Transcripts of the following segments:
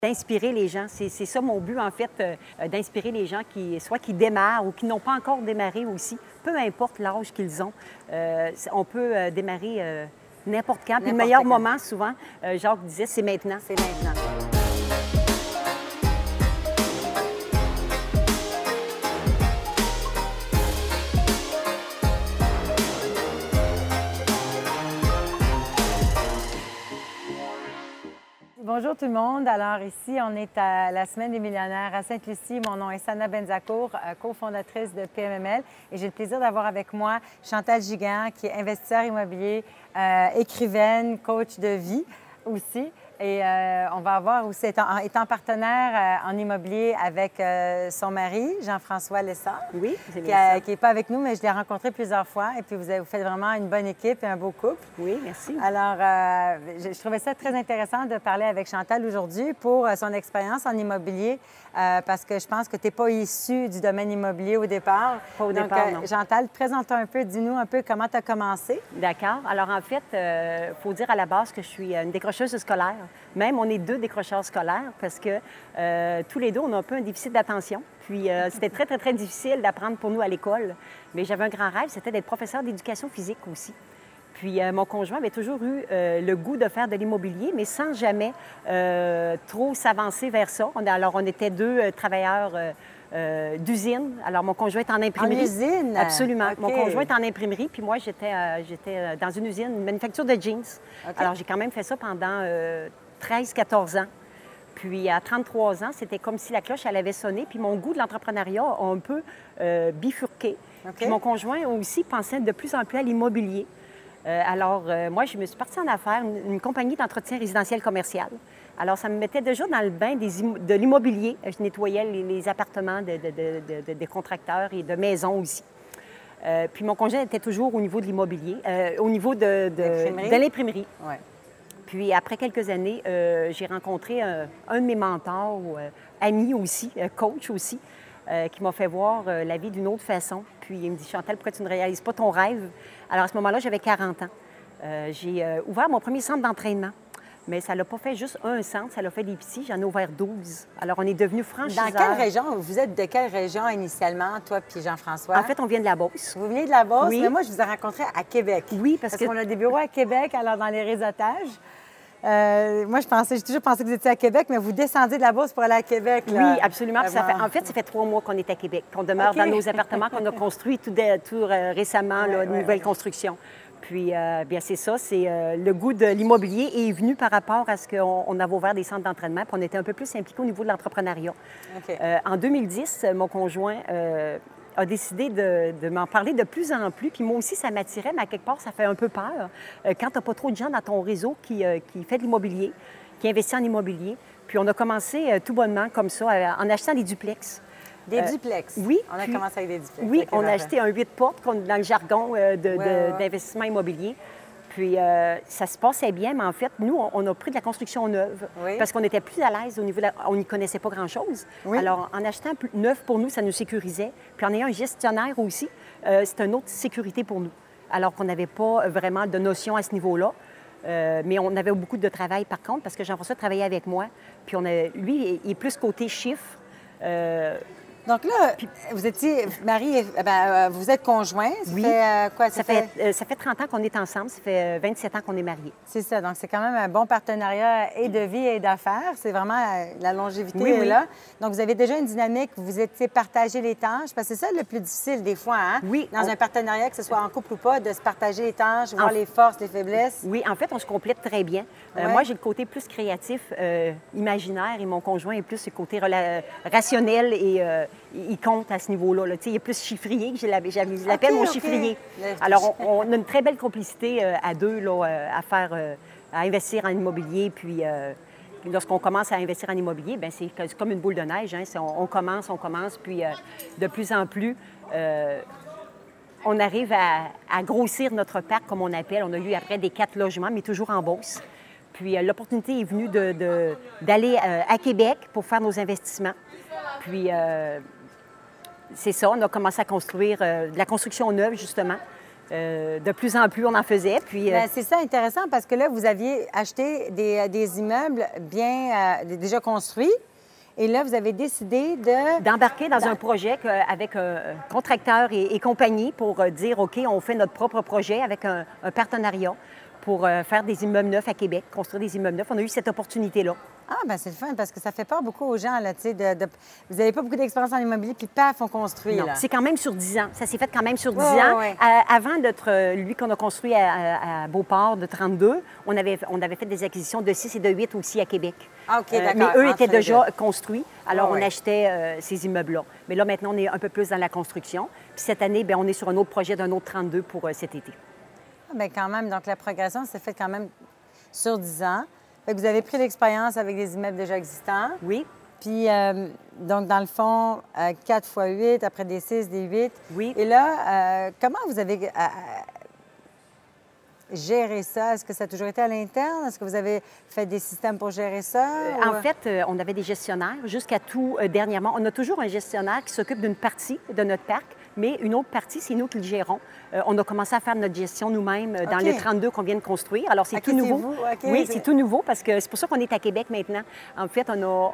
D'inspirer les gens. C'est ça mon but, en fait, d'inspirer les gens soit qui démarrent ou qui n'ont pas encore démarré aussi, peu importe l'âge qu'ils ont. On peut démarrer n'importe quand. Puis le meilleur moment, souvent, Jacques disait, c'est maintenant. C'est maintenant. Bonjour tout le monde. Alors ici, on est à la Semaine des millionnaires à Sainte-Lucie. Mon nom est Sana Benzacourt, cofondatrice de PMML. Et j'ai le plaisir d'avoir avec moi Chantal Giguère, qui est investisseur immobilier, écrivaine, coach de vie aussi. Et on va avoir aussi, étant partenaire en immobilier avec son mari, Jean-François Lessard. Oui, c'est bien ça. Qui n'est pas avec nous, mais je l'ai rencontré plusieurs fois. Et puis, vous faites vraiment une bonne équipe et un beau couple. Oui, merci. Alors, je trouvais ça très intéressant de parler avec Chantal aujourd'hui pour son expérience en immobilier, parce que je pense que tu n'es pas issue du domaine immobilier au départ. Pas au départ, non. Chantal, présente-toi un peu, dis-nous un peu comment tu as commencé. D'accord. Alors, en fait, il faut dire à la base que je suis une décrocheuse scolaire. Même, on est deux décrocheurs scolaires parce que tous les deux, on a un peu un déficit d'attention. Puis, c'était très, très, très difficile d'apprendre pour nous à l'école. Mais j'avais un grand rêve, c'était d'être professeur d'éducation physique aussi. Puis, mon conjoint avait toujours eu le goût de faire de l'immobilier, mais sans jamais trop s'avancer vers ça. Alors, on était deux travailleurs d'usine. Alors, mon conjoint est en imprimerie. En usine? Absolument. Okay. Mon conjoint est en imprimerie, puis moi, j'étais dans une usine, une manufacture de jeans. Okay. Alors, j'ai quand même fait ça pendant 13-14 ans. Puis, à 33 ans, c'était comme si la cloche, elle avait sonné. Puis, mon goût de l'entrepreneuriat a un peu bifurqué. Okay. Puis, mon conjoint aussi pensait de plus en plus à l'immobilier. Alors, moi, je me suis partie en affaires, une compagnie d'entretien résidentiel commercial. Alors, ça me mettait déjà dans le bain de l'immobilier. Je nettoyais les appartements des contracteurs et de maisons aussi. Puis, mon conjoint était toujours au niveau de l'immobilier, au niveau de l'imprimerie. Ouais. Puis, après quelques années, j'ai rencontré un de mes mentors, ami aussi, coach aussi, qui m'a fait voir la vie d'une autre façon. Puis, il me dit, Chantal, pourquoi tu ne réalises pas ton rêve? Alors, à ce moment-là, j'avais 40 ans. J'ai ouvert mon premier centre d'entraînement. Mais ça ne l'a pas fait juste un centre, ça l'a fait des petits. J'en ai ouvert 12. Alors, on est devenus franchiseurs. Dans quelle région? Vous êtes de quelle région initialement, toi puis Jean-François? En fait, on vient de la Beauce. Vous venez de la Beauce? Oui. Mais moi, je vous ai rencontré à Québec. Oui, parce qu'on a des bureaux à Québec, alors dans les réseautages. Moi, j'ai toujours pensé que vous étiez à Québec, mais vous descendez de la Beauce pour aller à Québec. Là. Oui, absolument. En fait, ça fait 3 mois qu'on est à Québec, qu'on demeure dans nos appartements qu'on a construits tout récemment, une nouvelle construction. Puis, bien, c'est ça, c'est le goût de l'immobilier est venu par rapport à ce qu'on avait ouvert des centres d'entraînement, puis on était un peu plus impliqués au niveau de l'entrepreneuriat. Okay. En 2010, mon conjoint a décidé de m'en parler de plus en plus, puis moi aussi, ça m'attirait, mais à quelque part, ça fait un peu peur quand tu n'as pas trop de gens dans ton réseau qui fait de l'immobilier, qui investit en immobilier. Puis, on a commencé tout bonnement comme ça, en achetant des duplex. Des duplex? Oui. On a commencé avec des duplex. Oui, on a acheté un 8 portes dans le jargon d'investissement immobilier. Puis, ça se passait bien, mais en fait, nous, on a pris de la construction neuve parce qu'on était plus à l'aise au niveau on n'y connaissait pas grand-chose. Oui. Alors, en achetant neuf pour nous, ça nous sécurisait. Puis, en ayant un gestionnaire aussi, c'est une autre sécurité pour nous. Alors qu'on n'avait pas vraiment de notion à ce niveau-là. Mais on avait beaucoup de travail, par contre, parce que Jean-François travaillait avec moi. Puis, lui, il est plus côté chiffres. Donc là, vous étiez mariés, vous êtes conjoints. Oui. Ça fait 30 ans qu'on est ensemble, ça fait 27 ans qu'on est mariés. C'est ça, donc c'est quand même un bon partenariat et de vie et d'affaires. C'est vraiment la longévité est là. Donc, vous avez déjà une dynamique, vous étiez partagé les tâches, parce que c'est ça le plus difficile des fois, hein? Oui. Dans un partenariat, que ce soit en couple ou pas, de se partager les tâches, voir les forces, les faiblesses. Oui, en fait, on se complète très bien. Moi, j'ai le côté plus créatif, imaginaire, et mon conjoint est plus le côté rationnel et il compte à ce niveau-là. Là. Il est plus chiffrier, je l'appelle mon chiffrier. Alors, on a une très belle complicité à deux là, à investir en immobilier. Puis, lorsqu'on commence à investir en immobilier, bien, c'est comme une boule de neige. Hein. On commence, puis de plus en plus, on arrive à grossir notre parc, comme on appelle. On a eu après des 4 logements, mais toujours en Beauce. Puis, l'opportunité est venue d'aller à Québec pour faire nos investissements. Puis, c'est ça, on a commencé à construire de la construction neuve, justement. de plus en plus, on en faisait. Puis, Bien, c'est ça intéressant parce que là, vous aviez acheté des immeubles bien déjà construits. Et là, vous avez décidé d'embarquer dans un projet avec un contracteur et compagnie pour dire, OK, on fait notre propre projet avec un partenariat pour faire des immeubles neufs à Québec, construire des immeubles neufs. On a eu cette opportunité-là. Ah, bien, c'est le fun parce que ça fait peur beaucoup aux gens, là, tu sais, vous n'avez pas beaucoup d'expérience en immobilier, puis paf, on construit, Non, là. c'est quand même sur 10 ans. Ça s'est fait quand même sur 10 Ouais, ans. ouais. Avant lui qu'on a construit à Beauport de 32, on avait fait des acquisitions de 6 et de 8 aussi à Québec. Ah, OK, d'accord. Mais eux Entre étaient les déjà deux. construits, alors Ouais, on ouais. achetait ces immeubles-là. Mais là, maintenant, on est un peu plus dans la construction. Puis cette année, bien, on est sur un autre projet d'un autre 32 pour cet été. Ah, bien, quand même, donc la progression s'est faite quand même sur 10 ans. Fait que vous avez pris l'expérience avec des immeubles déjà existants. Oui, Puis, donc, dans le fond, 4 fois 8, après des 6, des 8. oui. Et là, comment vous avez géré ça? Est-ce que ça a toujours été à l'interne? Est-ce que vous avez fait des systèmes pour gérer ça? En fait, on avait des gestionnaires jusqu'à tout dernièrement. On a toujours un gestionnaire qui s'occupe d'une partie de notre parc, mais une autre partie, c'est nous qui le gérons. On a commencé à faire notre gestion nous-mêmes dans OK. les 32 qu'on vient de construire. Alors, c'est OK, tout c'est nouveau. vous? OK, Oui, c'est- c'est tout nouveau parce que c'est pour ça qu'on est à Québec maintenant. En fait,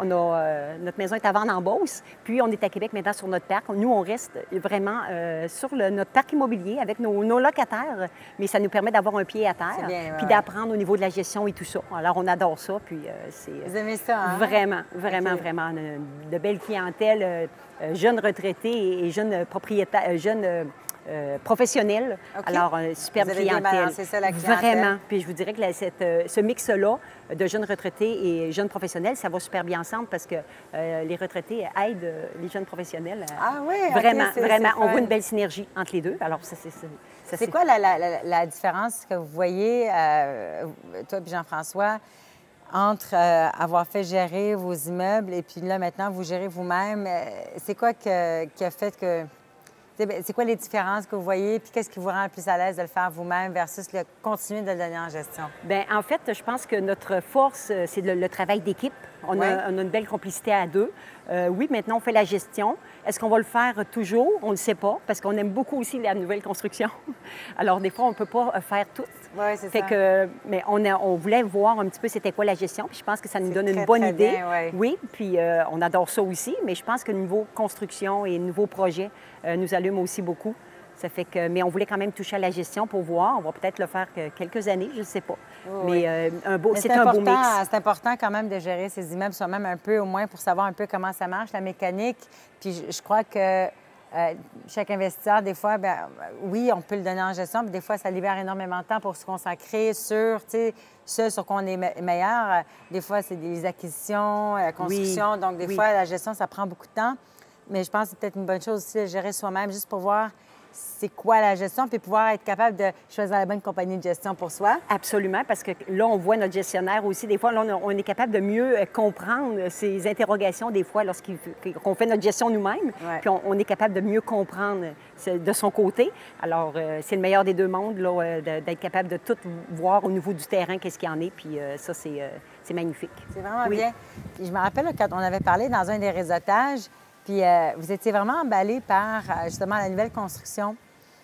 notre maison est à vendre en Beauce, puis on est à Québec maintenant sur notre parc. Nous, on reste vraiment sur notre parc immobilier avec nos locataires, mais ça nous permet d'avoir un pied à terre, C'est bien, ouais, puis ouais. d'apprendre au niveau de la gestion et tout ça. Alors, on adore ça, puis c'est... Vous aimez ça, hein? Vraiment, vraiment, OK. vraiment. De belles clientèles, jeunes retraités et jeunes propriétaires, jeunes professionnels. OK. Alors, superbe Vous avez bien clientèle. balancé ça, la clientèle. Vraiment. Puis je vous dirais que ce mix-là de jeunes retraités et jeunes professionnels, ça va super bien ensemble parce que les retraités aident les jeunes professionnels. Ah oui, OK, Vraiment, c'est vraiment. On fun. voit une belle synergie entre les deux. Alors, ça, C'est quoi la différence que vous voyez, toi et Jean-François, entre avoir fait gérer vos immeubles et puis là, maintenant, vous gérez vous-même? C'est quoi qui a fait que... C'est quoi les différences que vous voyez? Puis qu'est-ce qui vous rend le plus à l'aise de le faire vous-même versus continuer de le donner en gestion? Bien, en fait, je pense que notre force, c'est le travail d'équipe. On Ouais. a une belle complicité à deux. Oui, maintenant, on fait la gestion. Est-ce qu'on va le faire toujours? On ne le sait pas, parce qu'on aime beaucoup aussi la nouvelle construction. Alors, des fois, on ne peut pas faire tout. Oui, c'est Fait ça. que, mais on voulait voir un petit peu c'était quoi la gestion. Puis je pense que ça nous C'est donne une très, bonne très idée. bien, ouais. Oui, puis on adore ça aussi. Mais je pense que le niveau construction et nouveaux projets nous allument aussi beaucoup. Ça fait que, mais on voulait quand même toucher à la gestion pour voir. On va peut-être le faire que quelques années, je ne sais pas. Oui, Mais Mais c'est un beau mix. C'est important quand même de gérer ces immeubles soi-même un peu, au moins pour savoir un peu comment ça marche, la mécanique. Puis je crois que chaque investisseur, des fois, bien, oui, on peut le donner en gestion, mais des fois, ça libère énormément de temps pour se consacrer sur, tu sais, ce sur quoi on est meilleur. Des fois, c'est des acquisitions, la construction. Oui, Donc, des oui. fois, la gestion, ça prend beaucoup de temps. Mais je pense que c'est peut-être une bonne chose aussi de gérer soi-même, juste pour voir c'est quoi la gestion, puis pouvoir être capable de choisir la bonne compagnie de gestion pour soi. Absolument, parce que là, on voit notre gestionnaire aussi. Des fois, là, on est capable de mieux comprendre ces interrogations, des fois, lorsqu'on fait notre gestion nous-mêmes. Ouais. Puis on est capable de mieux comprendre de son côté. Alors, c'est le meilleur des deux mondes, là, d'être capable de tout voir au niveau du terrain, qu'est-ce qu'il y en est. Puis ça, c'est magnifique. C'est vraiment Oui. bien. Puis je me rappelle là, quand on avait parlé dans un des réseautages, puis vous étiez vraiment emballé par justement la nouvelle construction.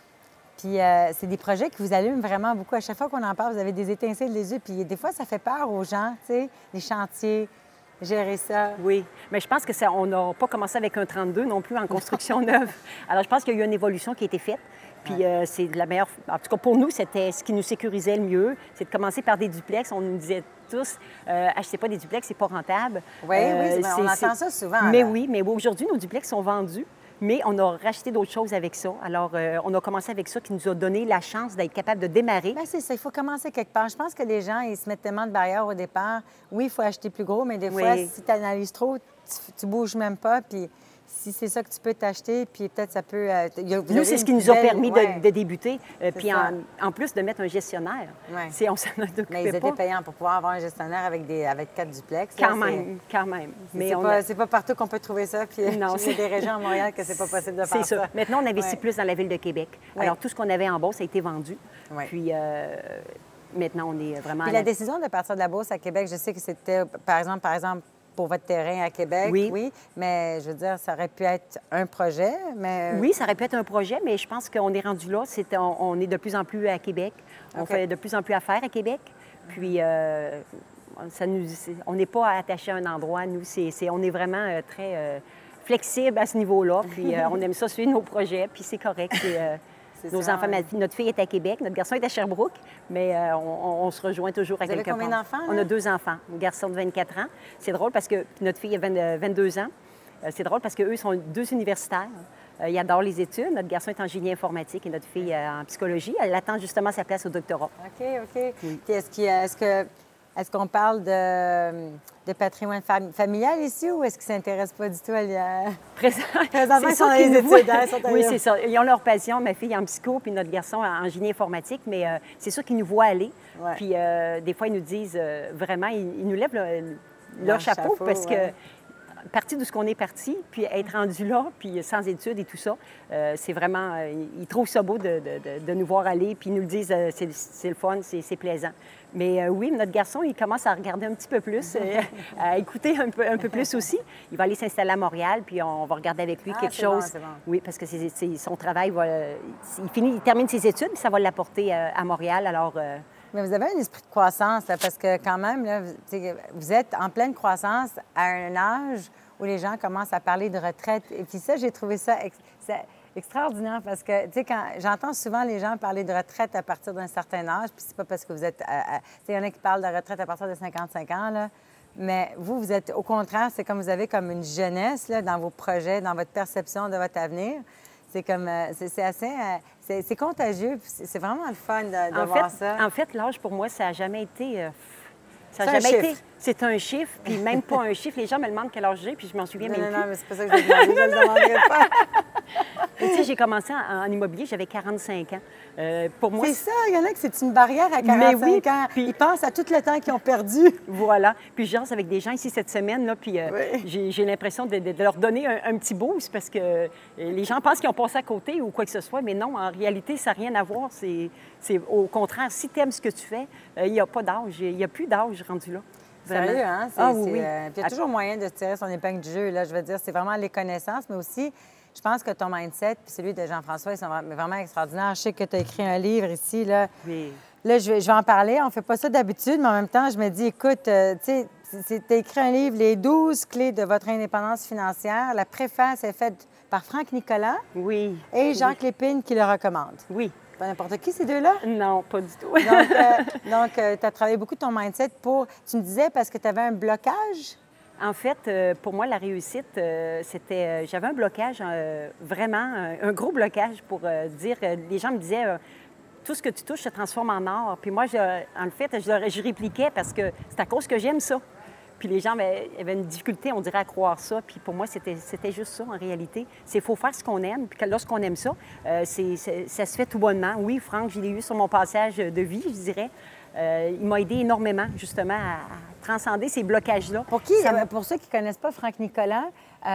Puis c'est des projets qui vous allument vraiment beaucoup. À chaque fois qu'on en parle, vous avez des étincelles des yeux. Puis des fois, ça fait peur aux gens, tu sais, les chantiers, gérer ça. Oui, mais je pense que on n'a pas commencé avec un 32 non plus en construction neuve. Alors, je pense qu'il y a eu une évolution qui a été faite. Puis c'est de la meilleure... En tout cas, pour nous, c'était ce qui nous sécurisait le mieux. C'est de commencer par des duplex. On nous disait tous, achetez pas des duplex, c'est pas rentable. Oui, on entend ça souvent. Mais là. oui, mais aujourd'hui, nos duplex sont vendus. Mais on a racheté d'autres choses avec ça. Alors, on a commencé avec ça qui nous a donné la chance d'être capable de démarrer. Bien, c'est ça, il faut commencer quelque part. Je pense que les gens, ils se mettent tellement de barrières au départ. Oui, il faut acheter plus gros, mais des fois, Oui. si tu analyses trop, tu bouges même pas. Puis si c'est ça que tu peux t'acheter, puis peut-être ça peut... Nous, c'est ce qui nous a permis de débuter. Puis ça. en plus de mettre un gestionnaire. Ouais. C'est- On s'en a occupé Mais ils étaient pas. payants pour pouvoir avoir un gestionnaire avec 4 duplex. là, Quand même, quand même. Mais c'est pas partout qu'on peut trouver ça. Puis Non, il y a des régions à Montréal que c'est pas possible de faire C'est ça. Maintenant, on investit Ouais. plus dans la ville de Québec. Ouais. Alors, tout ce qu'on avait en Beauce a été vendu. Ouais. Puis, maintenant, on est vraiment... Puis la décision de partir de la Beauce à Québec, je sais que c'était, par exemple, pour votre terrain à Québec, oui. Mais je veux dire, ça aurait pu être un projet, mais... Oui, ça aurait pu être un projet, mais je pense qu'on est rendu là. On est de plus en plus à Québec. On fait de plus en plus affaire à Québec. Puis, on n'est pas attaché à un endroit. Nous, on est vraiment très flexible à ce niveau-là. Puis, on aime ça suivre nos projets, puis c'est correct. Nos enfants, notre fille est à Québec, notre garçon est à Sherbrooke, mais on se rejoint toujours à quelque part. Vous avez combien d'enfants? On a 2 enfants. Un garçon de 24 ans. C'est drôle parce que notre fille a 22 ans. C'est drôle parce qu'eux sont 2 universitaires. Ils adorent les études. Notre garçon est en génie informatique et notre fille en psychologie. Elle attend justement sa place au doctorat. OK, OK. Oui. Puis est-ce qu'on parle de patrimoine familial ici ou est-ce qu'ils ne s'intéressent pas du tout à... Présentement, ils sont dans les études, hein, oui, c'est ça. Ils ont leur passion. Ma fille en psycho puis notre garçon en génie informatique, mais c'est sûr qu'ils nous voient aller. Ouais. Puis des fois, ils nous disent vraiment, ils nous lèvent leur chapeau parce que... Parti d'où ce qu'on est parti, puis être rendu là, puis sans études et tout ça, c'est vraiment... ils trouvent ça beau de nous voir aller, puis ils nous le disent, c'est le fun, c'est plaisant. Mais oui, notre garçon, il commence à regarder un petit peu plus, à écouter un peu plus aussi. Il va aller s'installer à Montréal, puis on va regarder avec lui quelque chose. Bon, bon. Oui, parce que son travail va... Il termine ses études, puis ça va l'apporter à Montréal, alors... Mais vous avez un esprit de croissance, là, parce que quand même, là, vous êtes en pleine croissance à un âge où les gens commencent à parler de retraite. Et puis ça, j'ai trouvé ça extraordinaire parce que, tu sais, quand j'entends souvent les gens parler de retraite à partir d'un certain âge, puis c'est pas parce que vous êtes... Tu sais, il y en a qui parlent de retraite à partir de 55 ans, là. Mais vous êtes, au contraire, c'est comme vous avez comme une jeunesse, là, dans vos projets, dans votre perception de votre avenir. C'est comme... c'est assez... C'est contagieux. C'est vraiment le fun de voir ça. En fait, l'âge, pour moi, ça n'a jamais été... ça n'a jamais été... C'est un chiffre, puis même pas un chiffre. Les gens me demandent quel âge j'ai, puis je m'en souviens même plus. Non, mais c'est pas ça que je demandé. Je le demanderai pas. Tu sais, j'ai commencé en immobilier, j'avais 45 ans. Pour moi... C'est ça, il y en a que c'est une barrière à 45 ans. Puis... Ils pensent à tout le temps qu'ils ont perdu. Voilà. Puis je jase avec des gens ici cette semaine, là, puis j'ai l'impression de leur donner un petit boost parce que les gens pensent qu'ils ont passé à côté ou quoi que ce soit, mais non, en réalité, ça n'a rien à voir. C'est au contraire, si tu aimes ce que tu fais, il n'y a pas d'âge, il n'y a plus d'âge rendu là. Vraiment. Sérieux, hein? Oui. Puis il y a toujours moyen de tirer son épingle du jeu, là. Je veux dire, c'est vraiment les connaissances, mais aussi... Je pense que ton mindset puis celui de Jean-François, ils sont vraiment extraordinaires. Je sais que tu as écrit un livre ici, là. Oui. Là, je vais en parler. On ne fait pas ça d'habitude, mais en même temps, je me dis, écoute, tu sais, tu as écrit un livre, Les 12 clés de votre indépendance financière. La préface est faite par Franck Nicolas. Oui. Et Jacques Lépine qui le recommande. Oui. Pas n'importe qui, ces deux-là? Non, pas du tout. Donc, tu as travaillé beaucoup ton mindset pour... Tu me disais parce que tu avais un blocage? En fait, pour moi, la réussite, c'était... j'avais un blocage, vraiment, un gros blocage pour dire... les gens me disaient, tout ce que tu touches se transforme en or. Puis moi, en fait, je répliquais parce que c'est à cause que j'aime ça. Puis les gens avaient une difficulté, on dirait, à croire ça. Puis pour moi, c'était juste ça, en réalité. C'est qu'il faut faire ce qu'on aime. Puis lorsqu'on aime ça, ça se fait tout bonnement. Oui, Franck, je l'ai eu sur mon passage de vie, je dirais. Il m'a aidé énormément, justement, à transcender ces blocages-là. Pour ceux qui ne connaissent pas Franck Nicolas,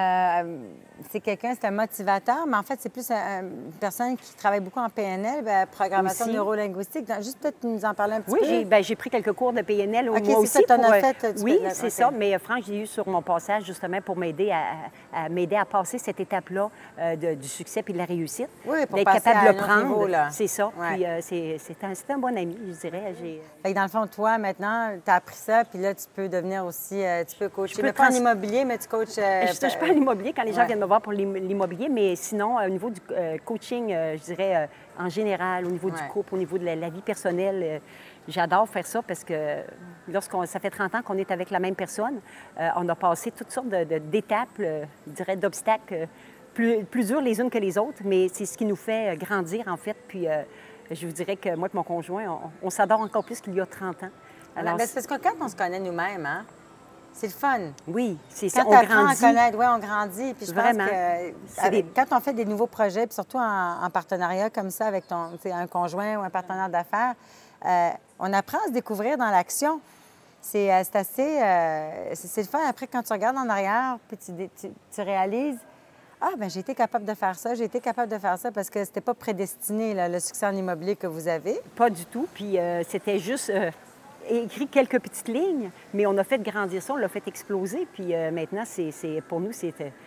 c'est un motivateur, mais en fait, c'est plus une personne qui travaille beaucoup en PNL, programmation neurolinguistique. Juste peut-être nous en parler un petit peu. Oui, j'ai pris quelques cours de PNL moi aussi. Oui, c'est ça. Mais Franck, je l'ai eu sur mon passage, justement, pour m'aider à passer cette étape-là du succès puis de la réussite. Oui, pour d'être capable de le prendre. Niveau, c'est ça. Ouais. Puis c'est un bon ami, je dirais. Fait que dans le fond, toi, maintenant, tu as appris ça, puis là, tu peux devenir aussi... tu peux coacher. Mais pas en immobilier, mais tu coaches... Je ne touche pas à l'immobilier quand les gens viennent me voir pour l'immobilier, mais sinon, au niveau du coaching, je dirais, en général, au niveau du couple, au niveau de la vie personnelle, j'adore faire ça parce que ça fait 30 ans qu'on est avec la même personne. On a passé toutes sortes d'étapes, je dirais, d'obstacles plus durs les unes que les autres, mais c'est ce qui nous fait grandir, en fait. Puis je vous dirais que moi et mon conjoint, on s'adore encore plus qu'il y a 30 ans. Alors, c'est parce que quand on se connaît nous-mêmes, hein? C'est le fun. Oui, c'est ça. On grandit. À connaître, oui, on grandit. Puis je pense que quand on fait des nouveaux projets, puis surtout en partenariat comme ça avec un conjoint ou un partenaire d'affaires, on apprend à se découvrir dans l'action. C'est assez... c'est le fun. Après, quand tu regardes en arrière, puis tu réalises, j'ai été capable de faire ça, j'ai été capable de faire ça parce que c'était pas prédestiné, là, le succès en immobilier que vous avez. Pas du tout. Puis c'était juste... écrit quelques petites lignes, mais on a fait grandir ça, on l'a fait exploser. Puis maintenant, pour nous,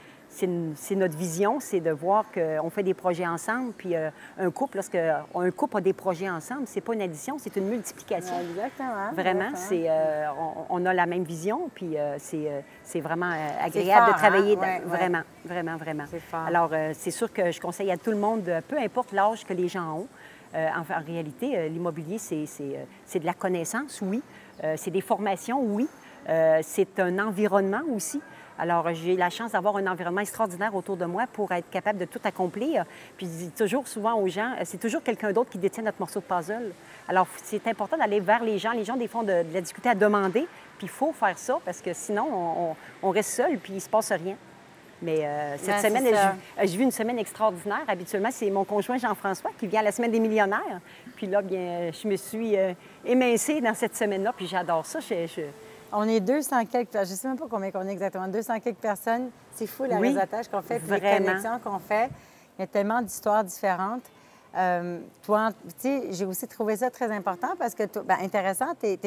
c'est notre vision, c'est de voir qu'on fait des projets ensemble. Puis un couple, lorsqu'un couple a des projets ensemble, c'est pas une addition, c'est une multiplication. Exactement. Vraiment, exactement. on a la même vision, puis c'est vraiment agréable fort, de travailler. hein? Vraiment, vraiment, vraiment. C'est fort. Alors, c'est sûr que je conseille à tout le monde, peu importe l'âge que les gens ont, en réalité, l'immobilier, c'est de la connaissance, oui. C'est des formations, oui. C'est un environnement aussi. Alors, j'ai la chance d'avoir un environnement extraordinaire autour de moi pour être capable de tout accomplir. Puis, je dis toujours souvent aux gens, c'est toujours quelqu'un d'autre qui détient notre morceau de puzzle. Alors, c'est important d'aller vers les gens. Les gens, des fois, ont de la difficulté à demander. Puis, il faut faire ça parce que sinon, on reste seul puis il ne se passe rien. Mais cette semaine, j'ai vu une semaine extraordinaire. Habituellement, c'est mon conjoint Jean-François qui vient à la Semaine des millionnaires. Puis là, bien, je me suis émincée dans cette semaine-là, puis j'adore ça. On est 200 quelques, je ne sais même pas combien on est exactement, 200 quelques personnes. C'est fou le réseautage qu'on fait, puis les connexions qu'on fait. Il y a tellement d'histoires différentes. Toi, tu sais, j'ai aussi trouvé ça très important parce que, intéressant,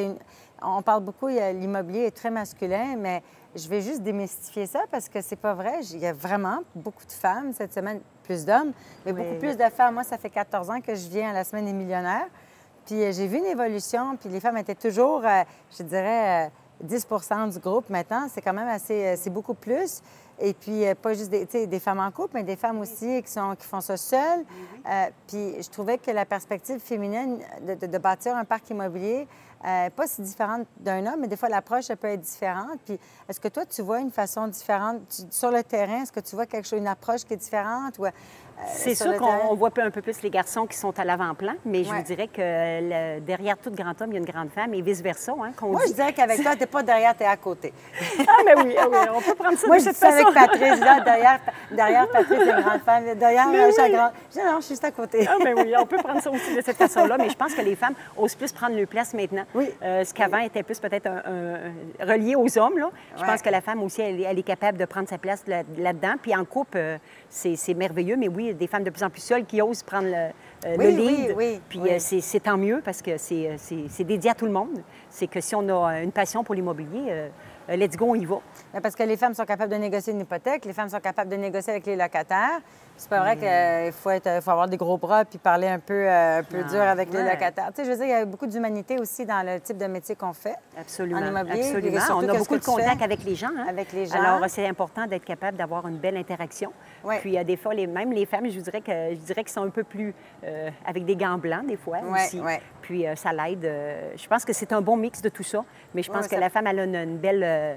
on parle beaucoup, l'immobilier est très masculin, mais je vais juste démystifier ça parce que c'est pas vrai. Il y a vraiment beaucoup de femmes cette semaine, plus d'hommes, mais beaucoup plus de femmes. Moi, ça fait 14 ans que je viens à la Semaine des millionnaires. Puis j'ai vu une évolution, puis les femmes étaient toujours, je dirais, 10 du groupe maintenant. C'est quand même assez, c'est beaucoup plus. Et puis, pas juste des femmes en couple, mais des femmes aussi qui font ça seules. Puis, je trouvais que la perspective féminine de bâtir un parc immobilier n'est pas si différente d'un homme, mais des fois, l'approche, ça peut être différente. Puis, est-ce que toi, tu vois une façon différente sur le terrain? Est-ce que tu vois quelque chose, une approche qui est différente? Ou, c'est sûr qu'on voit un peu plus les garçons qui sont à l'avant-plan, mais je vous dirais que derrière tout grand homme, il y a une grande femme et vice-versa. Hein, moi, je dirais qu'avec toi, tu n'es pas derrière, tu es à côté. Ah, mais oui, on peut prendre ça moi, de cette façon. Moi, je suis avec Patrice, là, derrière Patrice, il y a une grande femme, derrière sa grande... Je dis, non, je suis juste à côté. Ah, mais oui, on peut prendre ça aussi de cette façon-là, mais je pense que les femmes osent plus prendre leur place maintenant. Oui. Ce qu'avant était plus peut-être relié aux hommes, là. Je pense que la femme aussi, elle est capable de prendre sa place là-dedans. Puis en couple, c'est merveilleux, mais oui, des femmes de plus en plus seules qui osent prendre le lead. Puis c'est tant mieux parce que c'est dédié à tout le monde. C'est que si on a une passion pour l'immobilier, let's go, on y va. Bien, parce que les femmes sont capables de négocier une hypothèque, les femmes sont capables de négocier avec les locataires. C'est pas vrai qu'il faut avoir des gros bras puis parler un peu dur avec les locataires. Tu sais, je veux dire, il y a beaucoup d'humanité aussi dans le type de métier qu'on fait. Absolument. En immobilier. Absolument. On a beaucoup de contact avec les gens. Hein? Avec les gens. Alors, c'est important d'être capable d'avoir une belle interaction. Oui. Puis, des fois, même les femmes, je dirais qu'elles sont un peu plus avec des gants blancs, des fois aussi. Oui. Puis, ça l'aide. Je pense que c'est un bon mix de tout ça. Mais je pense que la femme, elle a une belle...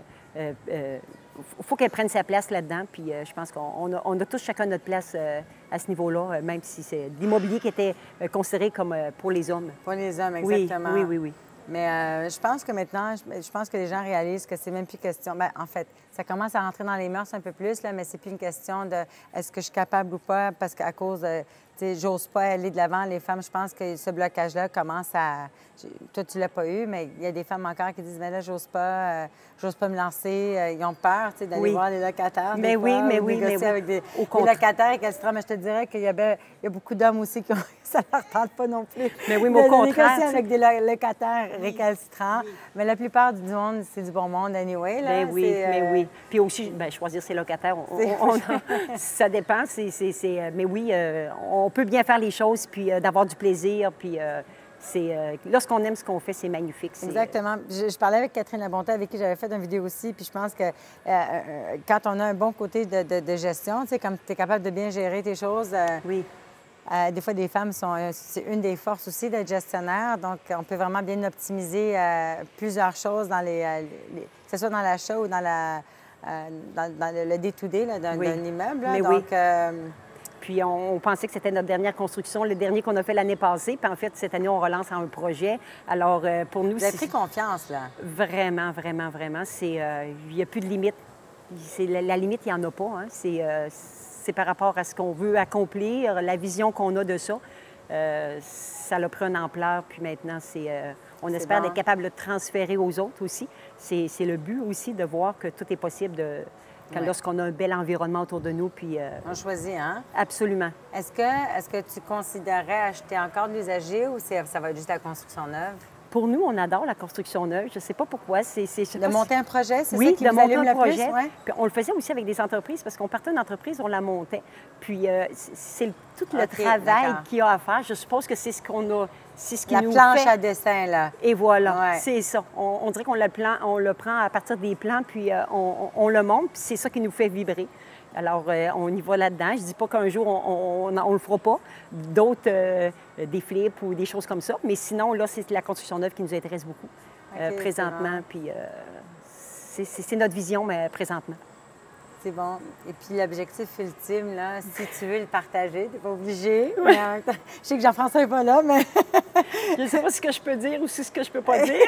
Il faut qu'elle prenne sa place là-dedans. Puis je pense qu'on a tous chacun notre place à ce niveau-là, même si c'est l'immobilier qui était considéré comme pour les hommes. Pour les hommes, exactement. Oui. Mais je pense que maintenant, je pense que les gens réalisent que c'est même plus question... Bien, en fait, ça commence à rentrer dans les mœurs un peu plus, là, mais c'est plus une question de est-ce que je suis capable ou pas, parce qu'à cause de... Tu sais, j'ose pas aller de l'avant. Les femmes, je pense que ce blocage-là commence à... Toi, tu l'as pas eu, mais il y a des femmes encore qui disent, mais là, j'ose pas me lancer. Ils ont peur, tu sais, d'aller voir les locataires. Mais oui. Avec des locataires et qu'elles se mais je te dirais qu'il y a beaucoup d'hommes aussi qui ça leur tente pas non plus. Mais oui, mais au contraire. Négocier avec des locataires récalcitrants. Mais la plupart du monde, c'est du bon monde anyway. Là. Mais oui. Puis aussi, choisir ses locataires, ça dépend. Mais oui, on peut bien faire les choses, puis d'avoir du plaisir, puis lorsqu'on aime ce qu'on fait, c'est magnifique. Exactement. Je parlais avec Catherine Labonté, avec qui j'avais fait une vidéo aussi, puis je pense que quand on a un bon côté de gestion, tu sais, comme tu es capable de bien gérer tes choses... oui. Des fois, des femmes c'est une des forces aussi d'être gestionnaire. Donc, on peut vraiment bien optimiser plusieurs choses que ce soit dans l'achat ou dans le day-to-day d'un immeuble. Là. Mais donc, Puis on pensait que c'était notre dernière construction, le dernier qu'on a fait l'année passée. Puis en fait, cette année, on relance un projet. Alors, pour nous, vous avez pris confiance, là. Vraiment. Il n'y a plus de limite. La limite, il n'y en a pas. Hein. C'est par rapport à ce qu'on veut accomplir, la vision qu'on a de ça. Ça a pris une ampleur, puis maintenant, on espère être capable de le transférer aux autres aussi. C'est le but aussi de voir que tout est possible lorsqu'on a un bel environnement autour de nous. Puis, on choisit, hein? Absolument. Est-ce que tu considérais acheter encore de l'usager ou ça va être juste la construction neuve? Pour nous, on adore la construction neuve. Je ne sais pas pourquoi. De monter un projet, c'est oui, ça qui de vous monter allume un le projet. plus? Ouais. Puis on le faisait aussi avec des entreprises parce qu'on partait d'une entreprise, on la montait. Puis c'est tout le OK, travail d'accord. qu'il y a à faire. Je suppose que c'est ce qu'on a, c'est ce qui La nous planche fait. à dessin, là. Et voilà, Ouais. c'est ça. On dirait qu'on le prend à partir des plans, puis on le monte, puis c'est ça qui nous fait vibrer. Alors, on y va là-dedans. Je ne dis pas qu'un jour, on le fera pas. D'autres, des flips ou des choses comme ça. Mais sinon, là, c'est la construction neuve qui nous intéresse beaucoup OK, présentement. Puis c'est notre vision, mais présentement. C'est bon. Et puis l'objectif ultime, là, si tu veux le partager, tu n'es pas obligé. Mais en même temps, je sais que Jean-François n'est pas là, mais... Je ne sais pas ce que je peux dire ou ce que je peux pas dire.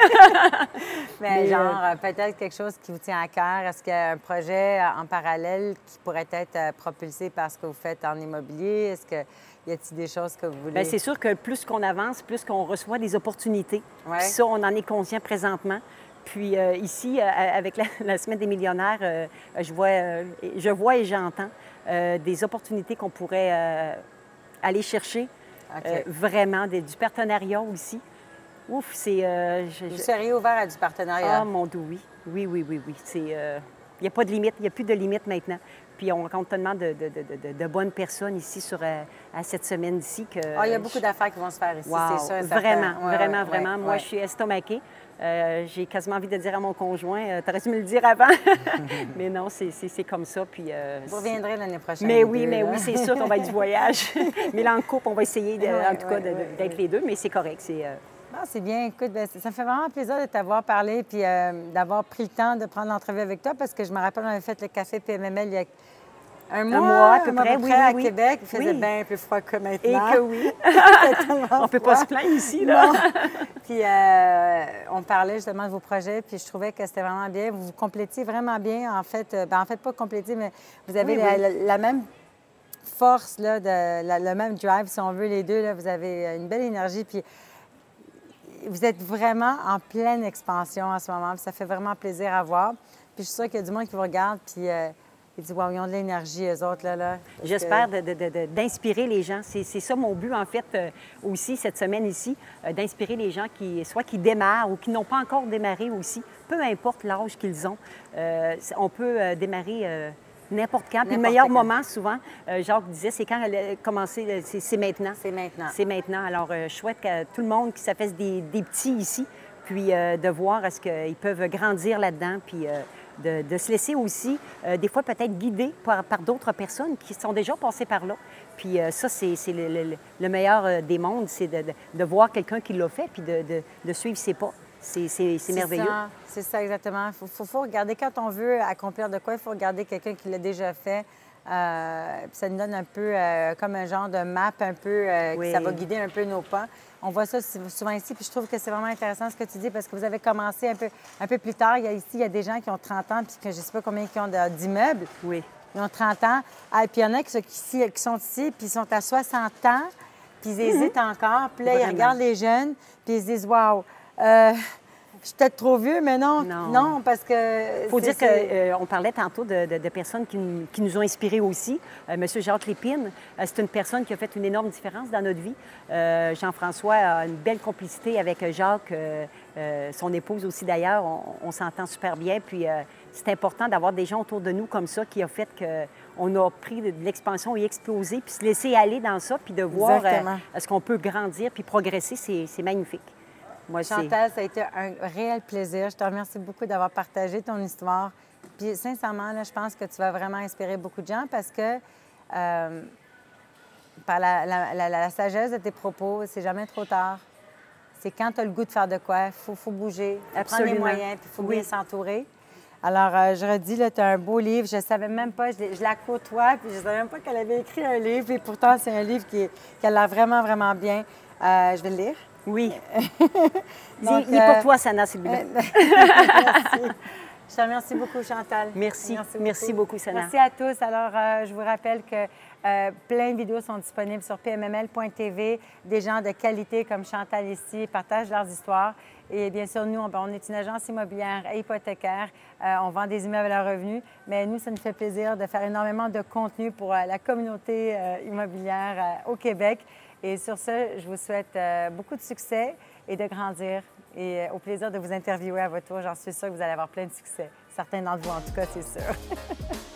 Mais genre, peut-être quelque chose qui vous tient à cœur. Est-ce qu'il y a un projet en parallèle qui pourrait être propulsé par ce que vous faites en immobilier? Est-ce que y a-t-il des choses que vous voulez? Bien, c'est sûr que plus qu'on avance, plus qu'on reçoit des opportunités. Ouais. Puis ça, on en est conscient présentement. Puis ici, avec la Semaine des millionnaires, je vois et j'entends des opportunités qu'on pourrait aller chercher. OK. Vraiment, du partenariat aussi. Ouf, c'est... Vous seriez ouvert à du partenariat? Ah, mon Dieu, oui. Oui. Il n'y a pas de limite. Il n'y a plus de limite maintenant. Puis on rencontre tellement de bonnes personnes ici à cette semaine ici que... Ah, il y a beaucoup d'affaires qui vont se faire ici, Wow, c'est sûr. Vraiment. Moi, je suis estomaquée. J'ai quasiment envie de dire à mon conjoint, t'aurais dû me le dire avant. Mais non, c'est comme ça. Puis, vous reviendrez l'année prochaine. Mais oui, c'est sûr qu'on va être du voyage. Mais là, en couple, on va essayer, en tout cas, d'être les deux. Mais c'est correct. Ah, c'est bien. Écoute, ben, ça me fait vraiment plaisir de t'avoir parlé puis d'avoir pris le temps de prendre l'entrevue avec toi parce que je me rappelle, on avait fait le café PMML il y a un mois à peu près, à oui. Québec. Il faisait Oui. bien plus froid que maintenant. Et que oui. On ne peut pas se plaindre ici, là. Non. Puis on parlait justement de vos projets, puis je trouvais que c'était vraiment bien. Vous vous complétiez vraiment bien, en fait. En fait, pas complétiez, mais vous avez la même force, là, le même drive, si on veut, les deux. Là, vous avez une belle énergie, puis vous êtes vraiment en pleine expansion en ce moment. Puis ça fait vraiment plaisir à voir. Puis je suis sûre qu'il y a du monde qui vous regarde, puis ils disent « Wow, ils ont de l'énergie, eux autres, là. » J'espère d'inspirer les gens. C'est ça mon but, en fait, aussi, cette semaine ici, d'inspirer les gens qui démarrent ou qui n'ont pas encore démarré aussi, peu importe l'âge qu'ils ont. On peut démarrer n'importe quand. Puis le meilleur moment, souvent, Jacques disait, c'est quand elle a commencé, c'est maintenant. C'est maintenant. C'est maintenant. Alors, je souhaite que tout le monde qui s'affaisse des petits ici, puis de voir est-ce qu'ils peuvent grandir là-dedans, puis de se laisser aussi, des fois peut-être guider par d'autres personnes qui sont déjà passées par là. Puis ça, c'est le meilleur des mondes, c'est de voir quelqu'un qui l'a fait, puis de suivre ses pas. C'est merveilleux. C'est ça, exactement. Il faut regarder, quand on veut accomplir de quoi, il faut regarder quelqu'un qui l'a déjà fait. Puis ça nous donne un peu comme un genre de map, un peu, Oui. ça va guider un peu nos pas. On voit ça souvent ici, puis je trouve que c'est vraiment intéressant ce que tu dis, parce que vous avez commencé un peu plus tard. Ici, il y a des gens qui ont 30 ans, puis que je ne sais pas combien qui ont d'immeubles. Oui. Ils ont 30 ans. Ah, puis il y en a qui sont ici, puis ils sont à 60 ans, puis ils hésitent encore. Puis là, Vraiment. ils regardent les jeunes, puis ils se disent « Wow, je suis peut-être trop vieux, mais non. Non, parce que... Il faut dire qu'on parlait tantôt de personnes qui nous ont inspirés aussi. Monsieur Jacques Lépine, c'est une personne qui a fait une énorme différence dans notre vie. Jean-François a une belle complicité avec Jacques, son épouse aussi d'ailleurs. On s'entend super bien. Puis c'est important d'avoir des gens autour de nous comme ça qui a fait qu'on a pris de l'expansion et explosé, puis se laisser aller dans ça, puis de voir est-ce qu'on peut grandir puis progresser, c'est magnifique. Moi, Chantal, ça a été un réel plaisir. Je te remercie beaucoup d'avoir partagé ton histoire. Puis sincèrement, là, je pense que tu vas vraiment inspirer beaucoup de gens parce que par la sagesse de tes propos, c'est jamais trop tard. C'est quand tu as le goût de faire de quoi, il faut bouger, prendre les moyens, puis il faut bien s'entourer. Alors, je redis, tu as un beau livre. Je ne savais même pas, je la côtoie, puis je ne savais même pas qu'elle avait écrit un livre. Et pourtant, c'est un livre qui a l'air vraiment, vraiment bien. Je vais le lire. Oui. Donc, il est pour toi, Sana, s'il vous plaît. Merci. Je te remercie beaucoup, Chantal. Merci beaucoup, Sana. Merci à tous. Alors, je vous rappelle que plein de vidéos sont disponibles sur pmml.tv. Des gens de qualité comme Chantal ici partagent leurs histoires. Et bien sûr, nous, on est une agence immobilière et hypothécaire. On vend des immeubles à revenus. Mais nous, ça nous fait plaisir de faire énormément de contenu pour la communauté immobilière au Québec. Et sur ce, je vous souhaite beaucoup de succès et de grandir et au plaisir de vous interviewer à votre tour. J'en suis sûre que vous allez avoir plein de succès. Certains d'entre vous, en tout cas, c'est sûr.